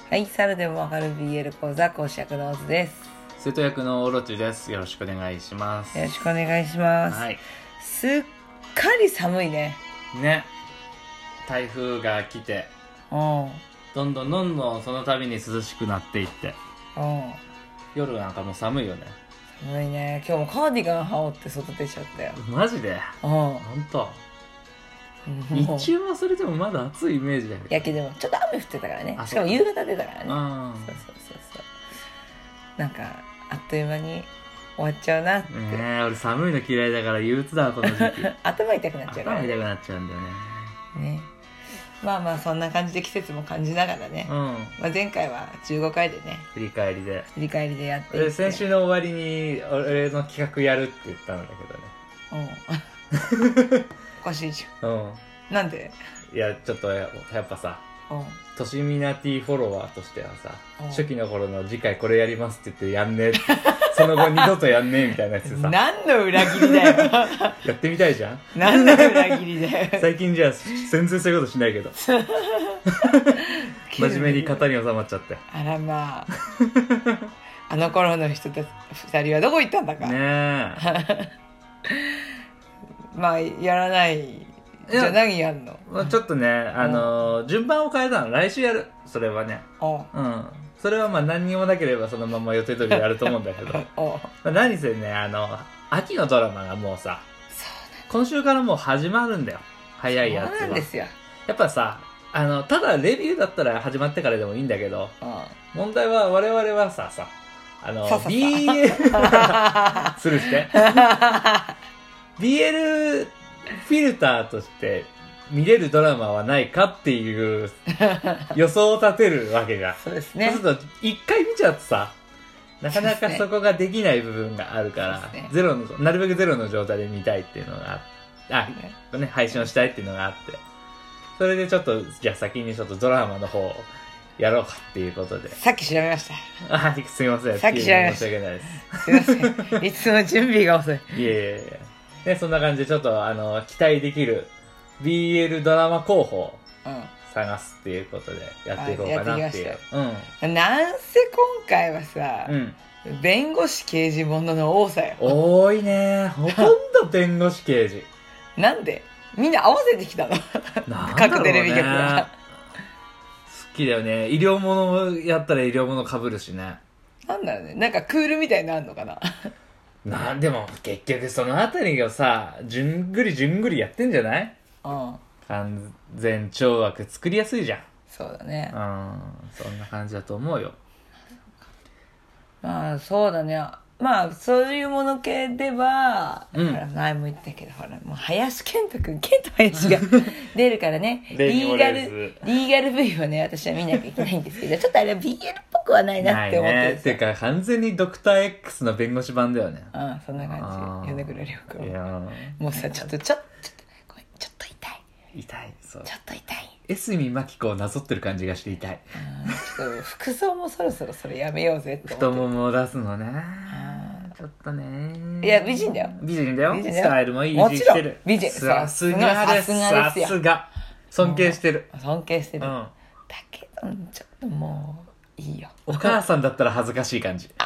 はい、猿でもわかる BL 講座講師役のオズです。 生徒役のオロチです。よろしくお願いします。 よろしくお願いします。 はい。 すっかり寒いね。 ね。台風が来て、どんどんその度に涼しくなっていって、夜なんかもう寒いよね。 寒いね。今日もカーディガン羽織って外出ちゃったよ。 マジで？ほんと。日中はそれでもまだ暑いイメージだけど。 いやけどちょっと雨降ってたからね。しかも夕方出たからね。そうなんかあっという間に終わっちゃうなって。 俺寒いの嫌いだから憂鬱だこの時期。 頭痛くなっちゃうから、 頭痛くなっちゃうんだよね。 まあそんな感じで季節も感じながらね、前回は15回でね振り返りでやっていって、 先週の終わりに俺の企画やるって言ったんだけどね。 おかしいじゃん。なんで？ いやちょっとやっぱさ、としみなティフォロワーとしてはさ、初期の頃の次回これやりますって言ってやんねえってその後二度とやんねえみたいなやつでさ何の裏切りだよ。 やってみたいじゃん。 何の裏切りだよ。 最近じゃあ全然そういうことしないけど真面目に型に収まっちゃって。 あらまああの頃の人たち2人はどこ行ったんだかねえ。まあやらない。じゃあ何やんの？ ちょっとね順番を変えたの。来週やる。それはね。それはまあ何にもなければそのまま予定通りやると思うんだけど何せね秋のドラマがもうさ、今週からもう始まるんだよ。早いやつは。 そうなんですよ。 やっぱさただレビューだったら始まってからでもいいんだけど、問題は我々はさBL するして BL フィルターとして見れるドラマはないかっていう予想を立てるわけが。 そうですね。 そうすると一回見ちゃってさ、なかなかそこができない部分があるから、なるべくゼロの状態で見たいっていうのが配信をしたいっていうのがあって、それでちょっとじゃあ先にちょっとドラマの方をやろうかっていうことで。 さっき調べました。 すいません。 さっき調べました。 申し訳ないです。 すいません。いつも準備が遅い。 いやでそんな感じでちょっと期待できる BL ドラマ候補を探すっていうことでやっていこうかなっていう。 なんせ今回はさ、弁護士刑事ものの多さよ。 多いね。ほとんど弁護士刑事。 なんでみんな合わせてきたの？各テレビ局が。 好きだよね。医療ものやったら医療もの被るしね。 なんだろうね。なんかクールみたいになるのかな。 でも結局そのあたりがさ、じゅんぐりやってんじゃない？完全懲悪作りやすいじゃん。 そうだね。 そんな感じだと思うよ。 まあそうだね。まあそういうもの系では、前も言ったけど、ほらもう林健人君、健人林が出るからね。リーガル V をね、私は見なきゃいけないんですけど、ちょっとあれは BL っぽくはないなって思ってる。 っていうか完全にドクター X の弁護士版だよね。 そんな感じ。米倉涼子。もうさ、ちょっと痛い。 そう。 ちょっと痛い。 江角真紀子をなぞってる感じがして痛い。 ちょっと服装もそろそろそれやめようぜって思って。太ももを出すのね。ちょっとね。 いや美人だよ。 スタイルもいいししてる。 美人。 さすがです。さすが。尊敬してる。 だけどちょっともういいよ。 お母さんだったら恥ずかしい感じ。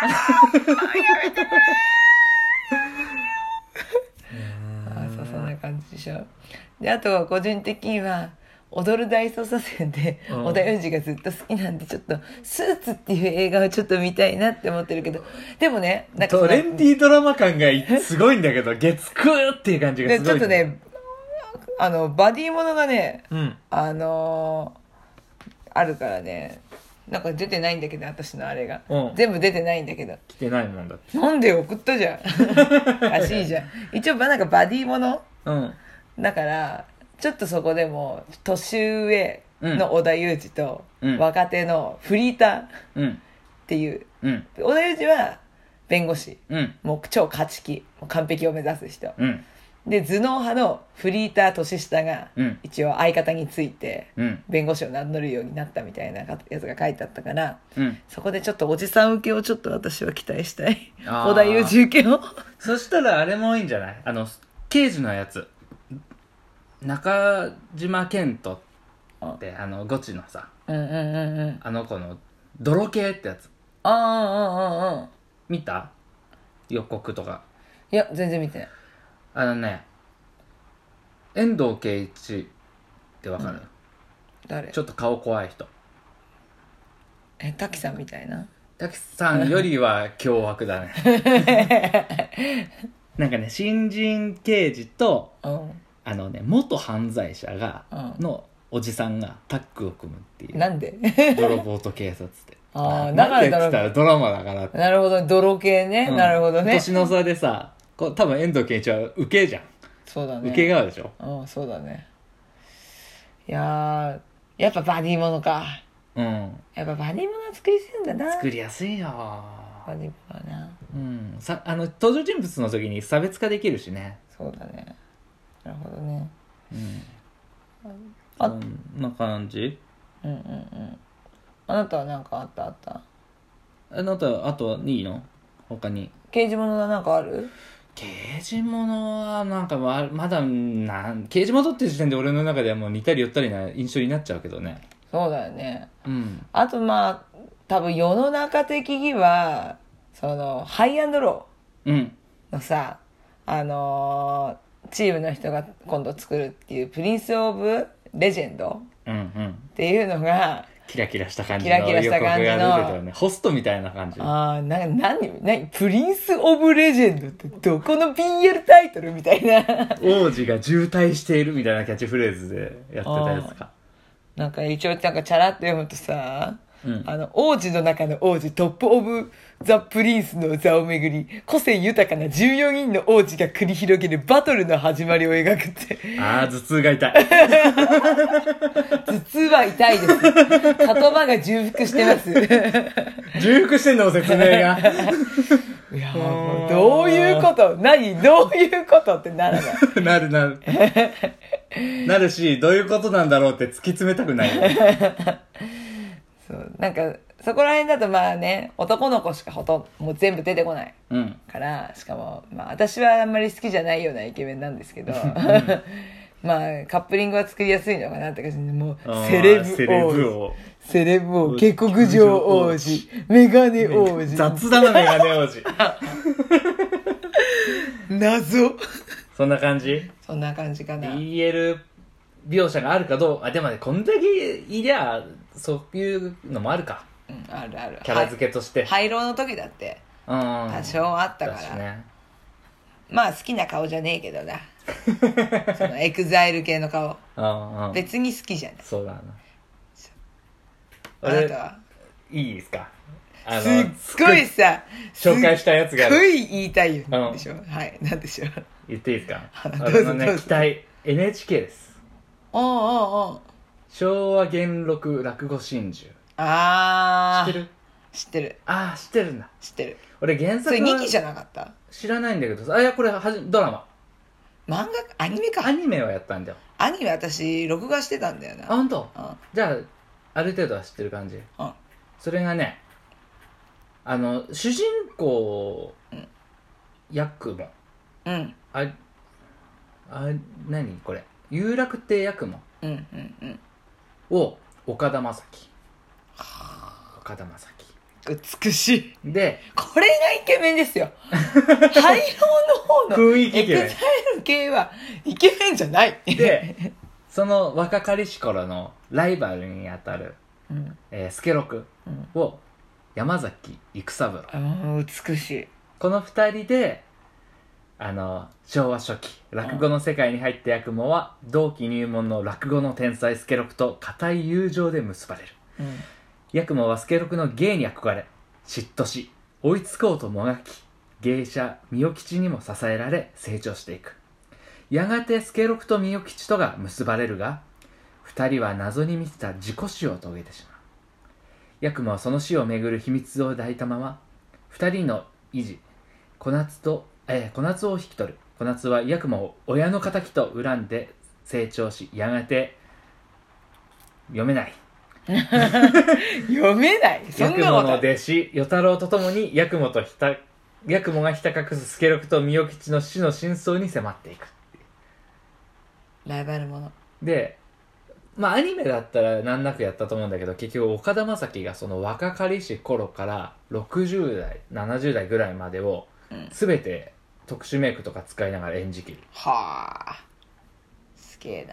そんな感じでしょ。であとは個人的には踊る大捜査線で織田裕二がずっと好きなんで、ちょっとスーツっていう映画をちょっと見たいなって思ってるけど、でもねトレンディードラマ感がすごいんだけど月9っていう感じがすごい、 ちょっとねバディものがね、あるからね、なんか出てないんだけど、私のあれが、全部出てないんだけど。 来てないもんだって。 なんで送ったじゃん。らしいじゃん。一応なんかバディもの、だからちょっとそこでも年上の織田裕二と、若手のフリーターっていう、織田裕二は弁護士、もう超勝ち気、完璧を目指す人、で頭脳派のフリーター年下が、一応相方について、弁護士を名乗るようになったみたいなやつが書いてあったから、そこでちょっとおじさん受けをちょっと私は期待したい。織田裕二受けを。 そしたらあれもいいんじゃない？刑事のやつ、中島健人っでゴチのさ、 うんうんうんうん、 あの子の泥系ってやつ、 ああ、うんうんうん、 見た？予告とか。 いや全然見てない。 遠藤圭一ってわかる？ うん、誰？ ちょっと顔怖い人。 滝さんみたいな。 滝さんよりは凶悪だねなんかね、新人刑事と、 うん、 元犯罪者うんのおじさんがタッグを組むっていう。 なんで泥棒と警察って。 ああ、 だからって言ったらドラマだからって。 なるほど、泥系ね、 うん、 なるほどね。 年の差でさ、多分遠藤憲一は受けじゃん。 そうだね。 受け側でしょ。 うん、そうだね。いやー、やっぱバディものか。 うん。 やっぱバディもの作りやすいんだな。 作りやすいよ。 バディものはな。 うん。登場人物の時に差別化できるしね。 そうだね。なるほどね。 うん。 あこんな感じ？ うんうんうん。あなたは何かあったあなた、あといいの？他に。 刑事物は何かある？ 刑事物はなんかまだ刑事物って時点で俺の中ではもう似たり寄ったりな印象になっちゃうけどね。 そうだよね。 うん。 あとまあ多分世の中的にはハイアンドローのさ、チームの人が今度作るっていうプリンスオブレジェンドっていうのが、 キラキラした感じの予告が出てたよね。ホストみたいな感じ。 何プリンスオブレジェンドってどこの BL タイトルみたいな王子が渋滞しているみたいなキャッチフレーズでやってたやつか。 なんか一応なんかチャラっと読むとさ、 うん、 王子の中の王子、トップオブザ・プリンスの座をめぐり、個性豊かな14人の王子が繰り広げるバトルの始まりを描くって。 ああ、頭痛が痛い。 頭痛は痛いです。言葉が重複してます。 重複してんの説明が。 いやもうどういうことどういうことってならない。 なる。なるし、どういうことなんだろうって突き詰めたくないよ。 そうなんかそこら辺だとまあね、男の子しかもう全部出てこないから、しかもまあ私はあんまり好きじゃないようなイケメンなんですけど、まあカップリングは作りやすいのかなって感じで、もうセレブ王、下克上王子、メガネ王子、 雑だなメガネ王子。 謎。 そんな感じ？ そんな感じかな。 BL 描写があるかどうか。でもね、こんだけいりゃそういうのもあるか。 うん、あるある。 キャラ付けとして。 廃炉の時だって多少あったから、ね、まあ好きな顔じゃねえけどな。そのエグザイル系の顔別に好きじゃない。 そうだな。 あなたはいいですか？ すっごいさ紹介したやつがある。 すっごい言いたいよ、でしょ。はい、なんでしょう。 言っていいですか？俺のね、期待 NHK です。昭和元禄落語真珠。 ああ、知ってる？ 知ってる。 ああ、知ってるんだ。 知ってる。 俺原作それ2期じゃなかった？ 知らないんだけどさ。いや、これドラマ。 漫画、アニメか。 アニメはやったんだよ。 アニメ私録画してたんだよな。 あ、ほんと？じゃあある程度は知ってる感じ。それがね、主人公、ヤクモ。何これ？有楽亭ヤクモを岡田将生。岡田将生。美しい。 で、 これがイケメンですよ。廃炉の方の雰囲気イケメン。 エグザイル系はイケメンじゃない。 で、その若かりし頃のライバルにあたる、スケロクを山崎育三郎。 美しい。 この二人で昭和初期落語の世界に入った八雲は同期入門の落語の天才助六と固い友情で結ばれる。八雲は助六の芸に憧れ嫉妬し追いつこうともがき、芸者三代吉にも支えられ成長していく。やがて助六と三代吉とが結ばれるが、二人は謎に満ちた自己死を遂げてしまう。八雲はその死をめぐる秘密を抱いたまま、二人の維持小夏を引き取る。小夏は八雲を親の敵と恨んで成長し、やがて読めない読めないそんなこと。 八雲の弟子与太郎とともに八雲がひた隠す助六と三代吉の死の真相に迫っていく。 ライバルもので、 まあアニメだったら難なくやったと思うんだけど、結局岡田将生がその若かりし頃から60代70代ぐらいまでを全て特殊メイクとか使いながら演じきる。 はあ、すげえな。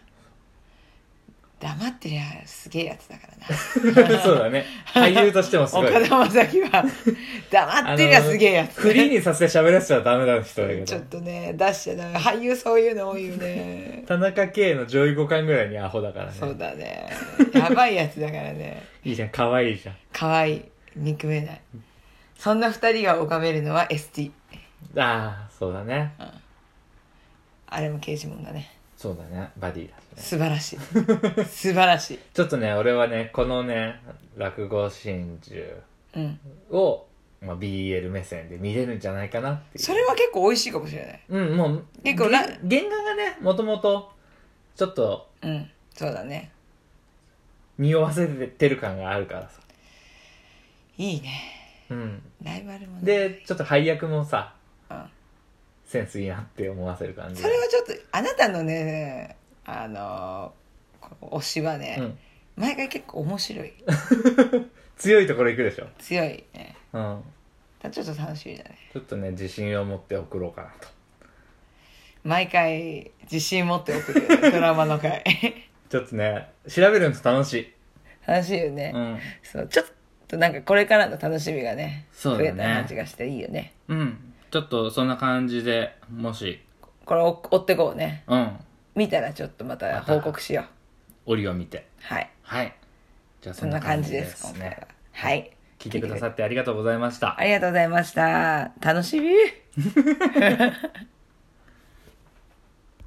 黙ってりゃすげえやつだからな。 そうだね、俳優としてもすごい。 岡田将生は黙ってりゃすげえやつ、 フリーにさせて喋らせちゃダメな人だけど、 ちょっとね出しちゃダメ。俳優そういうの多いよね。 田中圭の上位互換ぐらいにアホだからね。 そうだね、やばいやつだからね。 いいじゃん、可愛いじゃん。 可愛い、憎めない。そんな二人が拝めるのは ST。 ああそうだね、 あれも刑事もんだね。 そうだね、バディだしね。 素晴らしい素晴らしい。 ちょっとね、俺はね、このね、落語真珠を、まあ、BL 目線で見れるんじゃないかなっていう。 それは結構美味しいかもしれない。 うん、もう、 結構原画がね、もともと、ちょっと、 そうだね。 匂わせてる感があるからさ。 いいね。ライバルもね。で、 ちょっと配役もさ、センスいいなって思わせる感じ。 それはちょっと、あなたのね、推しはね、毎回結構面白い。 強いところ行くでしょ。 強いね。ちょっと楽しみだね。 ちょっとね、自信を持って送ろうかなと。 毎回自信持って送るよね、ドラマの回。 ちょっとね、調べるの楽しい。 楽しいよね。そう、ちょっとなんかこれからの楽しみがね、 そうだね、 増えた感じがしていいよね。 ちょっとそんな感じで、もしこれを追ってこうね。見たらちょっとまた報告しよう。折を見て。 はい。 じゃあそんな感じです今回は。はい。 聞いてくださってありがとうございました。 ありがとうございました。楽しみ。